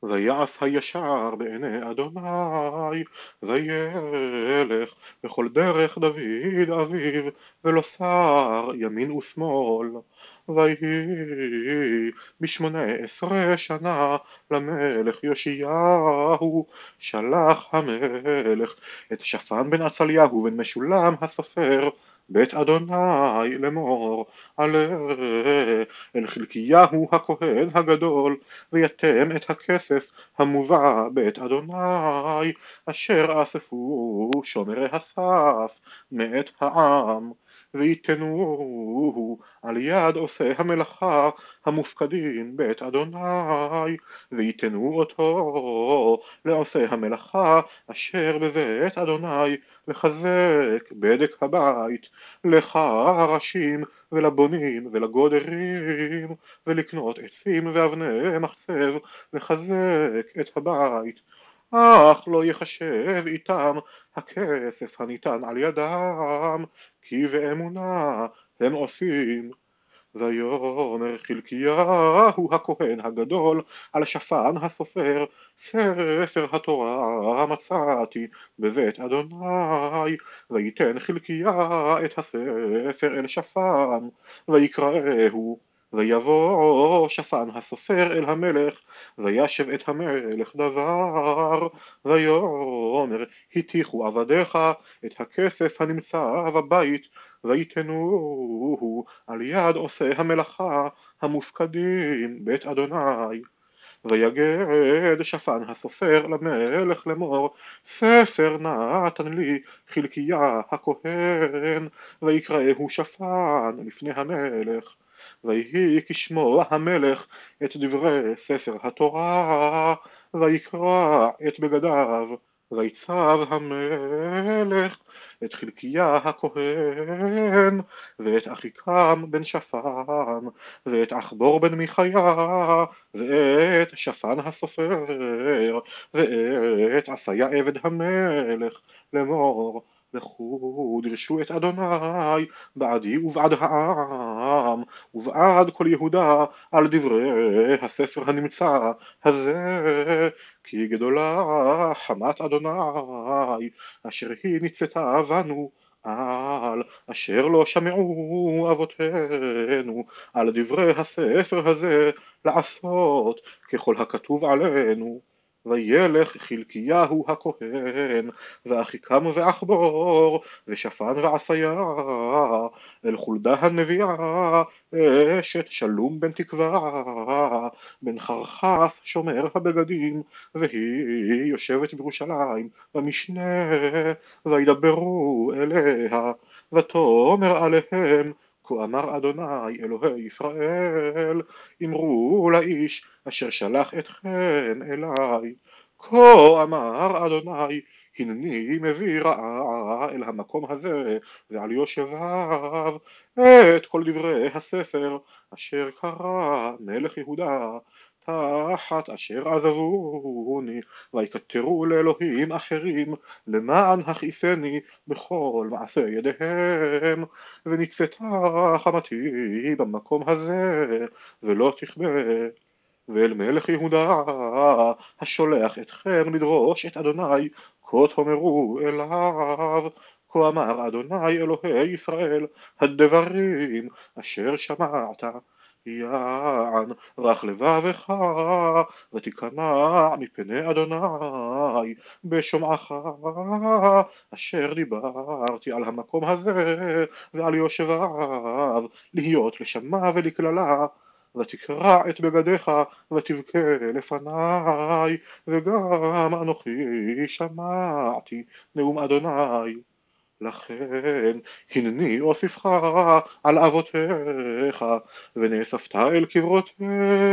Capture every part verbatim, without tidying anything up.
ויעש הישר בעיני אדוני, וילך בכל דרך דוד אביו, ולא סר ימין ושמאל. ויהי בשמונה עשרה שנה למלך יאשיהו, שלח המלך את שפן בן עצליהו בן משולם הסופר בית אדוני לאמור, עלה אל חלקיהו הכהן הגדול, ויתם את הכסף המובא בית אדוני, אשר אספו שומרי הסף מאת העם, ויתנוהו על יד עושי המלאכה המופקדים בית אדוני, ויתנו אותו לעושי המלאכה אשר בבית אדוני, לחזק בדק הבית, לחרשים ולבונים ולגודרים, ולקנות עצים ואבני מחצב, לחזק את הבית. אך לא יחשב איתם הכסף הניתן על ידם, כי באמונה הם עושים. ויאמר חלקיהו הכהן הגדול על שפן הסופר, ספר התורה מצאתי בבית אדוני. ויתן חלקיה את הספר אל שפן, ויקראהו. ויבוא שפן הסופר אל המלך, וישב את המלך דבר, ויאמר הטיחו עבדיך את הכסף הנמצא בבית, ויתנוהו על יד עושי המלאכה המופקדים בית אדוני. ויגד שפן הסופר למלך לאמור, ספר נתן לי חלקיה הכהן. ויקראהו שפן לפני המלך. ויהי כשמוע המלך את דברי ספר התורה, ויקרע את בגדיו. ויצב המלך את חלקיה הכהן, ואת אחיקם בן שפן, ואת אחבור בן מיכיה, ואת שפן הסופר, ואת עשיה עבד המלך, לאמור, לכו דרשו את אדוני בעדי ובעד העם ובעד כל יהודה על דברי הספר הנמצא הזה, כי גדולה חמת אדוני אשר היא ניצתה בנו, על אשר לא שמעו אבותינו על דברי הספר הזה, לעשות ככל הכתוב עלינו. וילך חלקיהו הכהן ואחיקם ואחבור ושפן ועשיה אל חולדה הנביאה, אשת שלום בן תקווה בן חרחף שומר הבגדים, והיא יושבת בירושלים במשנה. וידברו אליה ותאמר עליהם, כה אמר אדוני אלוהי ישראל, אמרו לאיש אשר שלח אתכם אליי, כה אמר אדוני, הנני מביא רעה אל המקום הזה ועל יושביו את כל דברי הספר אשר קרא מלך יהודה תחת אשר עזבוני, ויקטרו לאלוהים אחרים למען הכעיסני בכל מעשה ידיהם. ונצפתה חמתי במקום הזה ולא תכבה. ואל מלך יהודה השולח אתכם לדרוש את אדוני, כה תאמרו אליו, כה אמר אדוני אלוהי ישראל, הדברים אשר שמעת, יען רך לבבך ותיכנע מפני אדוני בשומעך אשר דיברתי על המקום הזה ועל יושביו, להיות לשמה ולקללה. ותקרע את בגדיך ותבכה לפניי, וגם אנוכי שמעתי נאום אדוני. לכן הנני אוסיפך על אבותיך, ונאספת אל קברותיך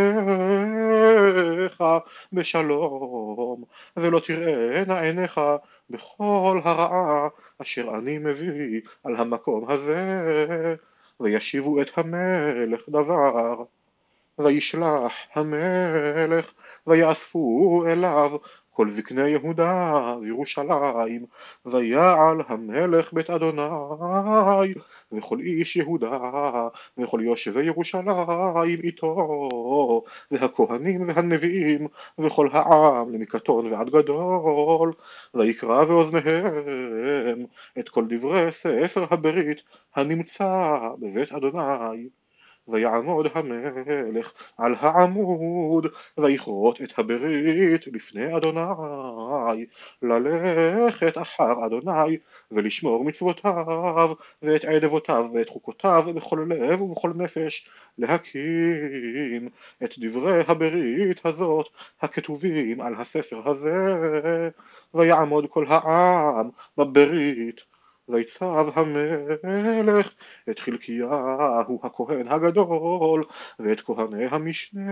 בשלום, ולא תראינה עיניך בכל הרעה אשר אני מביא על המקום הזה. וישיבו את המלך דבר. וישלח המלך ויאספו אליו כל זקני יהודה וירושלים, ויעל המלך בית אדוני, וכל איש יהודה, וכל יושבי ירושלים איתו, והכהנים והנביאים, וכל העם למקטון ועד גדול, ויקרא באוזניהם את כל דברי ספר הברית הנמצא בבית אדוני. ויעמוד המלך על העמוד, ויכרות את הברית לפני אדוני, ללכת אחר אדוני, ולשמור מצוותיו, ואת עדבותיו, ואת חוקותיו, בכל לב ובכל נפש, להקים את דברי הברית הזאת, הכתובים על הספר הזה. ויעמוד כל העם בברית, ויצב המלך את חלקיהו הכהן הגדול, ואת כהני המשנה,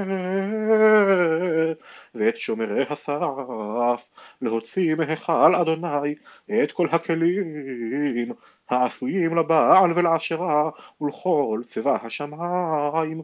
ואת שומרי הסף, להוציא מהיכל אדוני את כל הכלים העשויים לבעל ולעשרה ולכל צבא השמיים,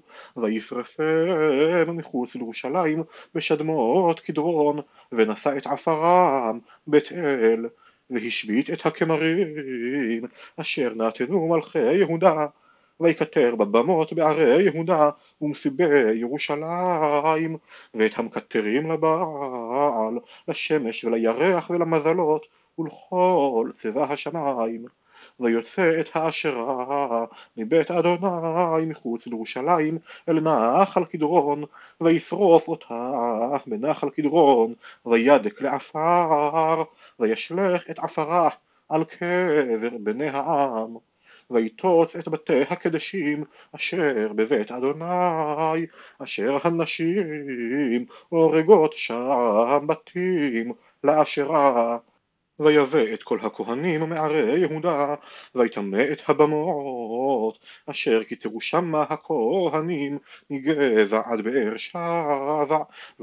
וישרפם מחוץ לירושלים בשדמות קדרון, ונשא את עפרם בית אל, והשבית את הכמרים אשר נתנו מלכי יהודה, ויקטר בבמות בערי יהודה ומסיבי ירושלים, ואת המקטרים לבעל, לשמש ולירח ולמזלות ולכל צבא השמיים, ויוצא את האשרה מבית אדוני מחוץ לירושלים אל נחל קדרון, וישרוף אותה בנחל קדרון, וידק לעפר, וישלך את עפרה על קבר בני העם, ויטוץ את בתי הקדשים אשר בבית אדוני, אשר הנשים הורגות שם בתים לאשרה, ויבא את כל הכהנים מערי יהודה, ויטמא את הבמות אשר כתרו שמה הכהנים מגבע עד באר שבע,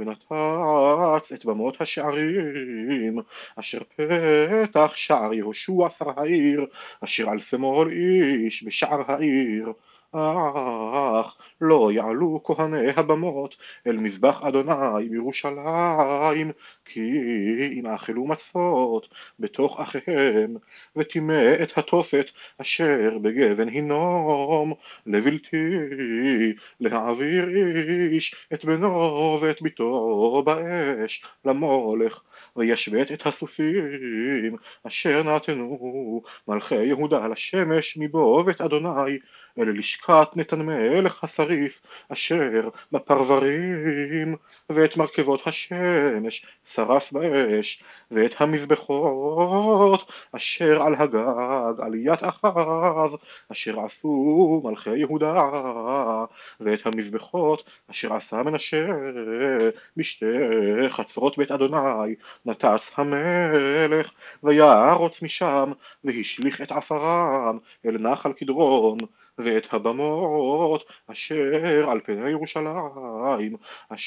ונתץ את במות השערים אשר פתח שער יהושע שר העיר, אשר על שמאל איש בשער העיר. אך לא יעלו כהני הבמות אל מזבח אדוני בירושלים, כי אם אכלו מצות בתוך אחיהם, וטימא את התופת אשר בגבן הינום לבלתי להעביר איש את בנו ואת ביתו באש למולך, וישבט את הסוסים אשר נתנו מלכי יהודה לשמש מבוא בית אדוני אל לשכת נתן מלך השריף אשר בפרברים, ואת מרכבות השמש שרף באש, ואת המזבחות אשר על הגג עליית אחז אשר עשו מלכי יהודה, ואת המזבחות אשר עשה מנשה בשתי חצרות בית אדוני נתץ המלך, וירוץ משם והשליך את עפרם אל נחל קדרון, ואת הבמות אשר על פני ירושלים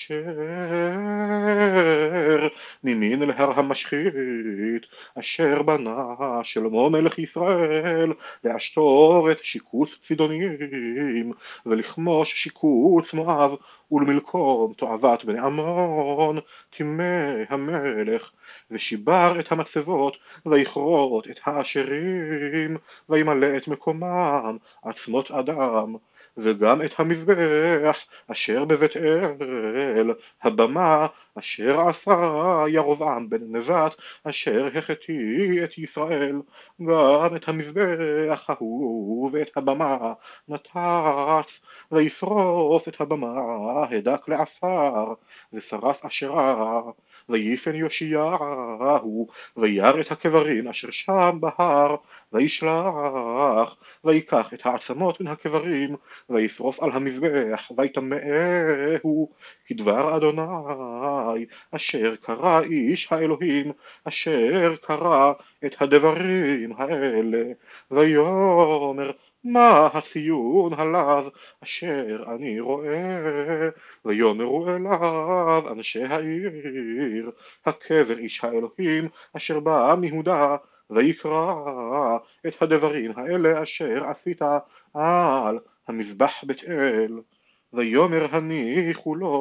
אשר ממין להר המשחית אשר בנה שלמה מלך ישראל להשתורת שיקוץ צידונים ולכמוש שיקוץ מואב ולמלקום תועבת בני עמון, טימא המלך ושיבר את המצבות ויכרות את האשרים, וימלא את מקומם עצמות אדם, וגם את המזבח אשר בבית אל, הבמה אשר עשה ירבעם בן נבט אשר החטיא את ישראל, גם את המזבח ההוא ואת הבמה נתץ, וישרוף את הבמה הדק לעפר, ושרף אשרה, ויפן יאשיהו וירא את הקברים אשר שם בהר, וישלח ויקח את העצמות מן הקברים וישרוף על המזבח ויטמאהו, כדבר אדוני אשר קרא איש האלוהים אשר קרא את הדברים האלה. ויאמר מה הציון הלז אשר אני רואה? ויאמרו אליו אנשי העיר, הקבר איש האלוהים אשר בא מיהודה, ויקרא את הדברים האלה אשר עשית על המזבח בית אל. ויאמר הניחו לו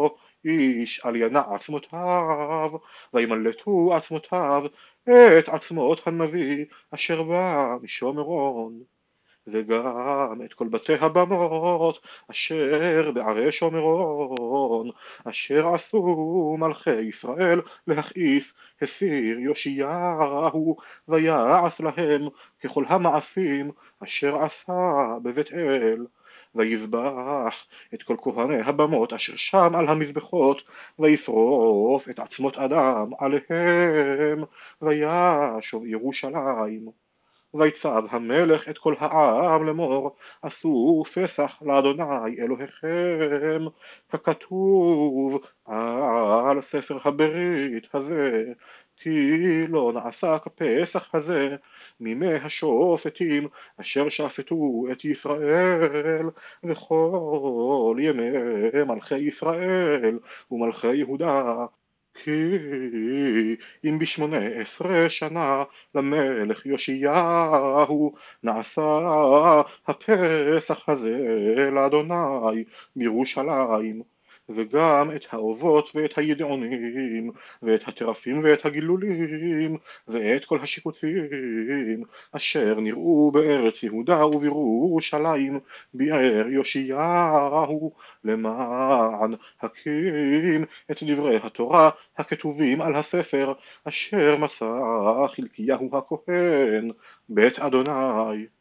איש על ינע עצמותיו, וימלטו עצמותיו את עצמות הנביא אשר בא משומרון. וגם את כל בתי הבמות אשר בערי שומרון, אשר עשו מלכי ישראל להכעיס, הסיר יאשיהו, ויעש להם ככל המעשים אשר עשה בבית אל. ויזבח את כל כהני הבמות אשר שם על המזבחות, וישרוף את עצמות אדם עליהם, וישוב ירושלים. ויצב המלך את כל העם לאמור, עשו פסח לאדוני אלוהיכם, ככתוב על ספר הברית הזה, כי לא נעשה כפסח הזה מימי השופטים אשר שפטו את ישראל, וכל ימי מלכי ישראל ומלכי יהודה. כי אם בשמונה עשרה שנה למלך יאשיהו נעשה הפסח הזה לאדוני בירושלים, וגם את האובות ואת הידעונים ואת הטרפים ואת הגילולים ואת כל השיקוצים אשר נראו בארץ יהודה ובירושלים ביער יאשיהו, למען הקים את דברי התורה הכתובים על הספר אשר מסר חלקיהו הכהן בית אדוני.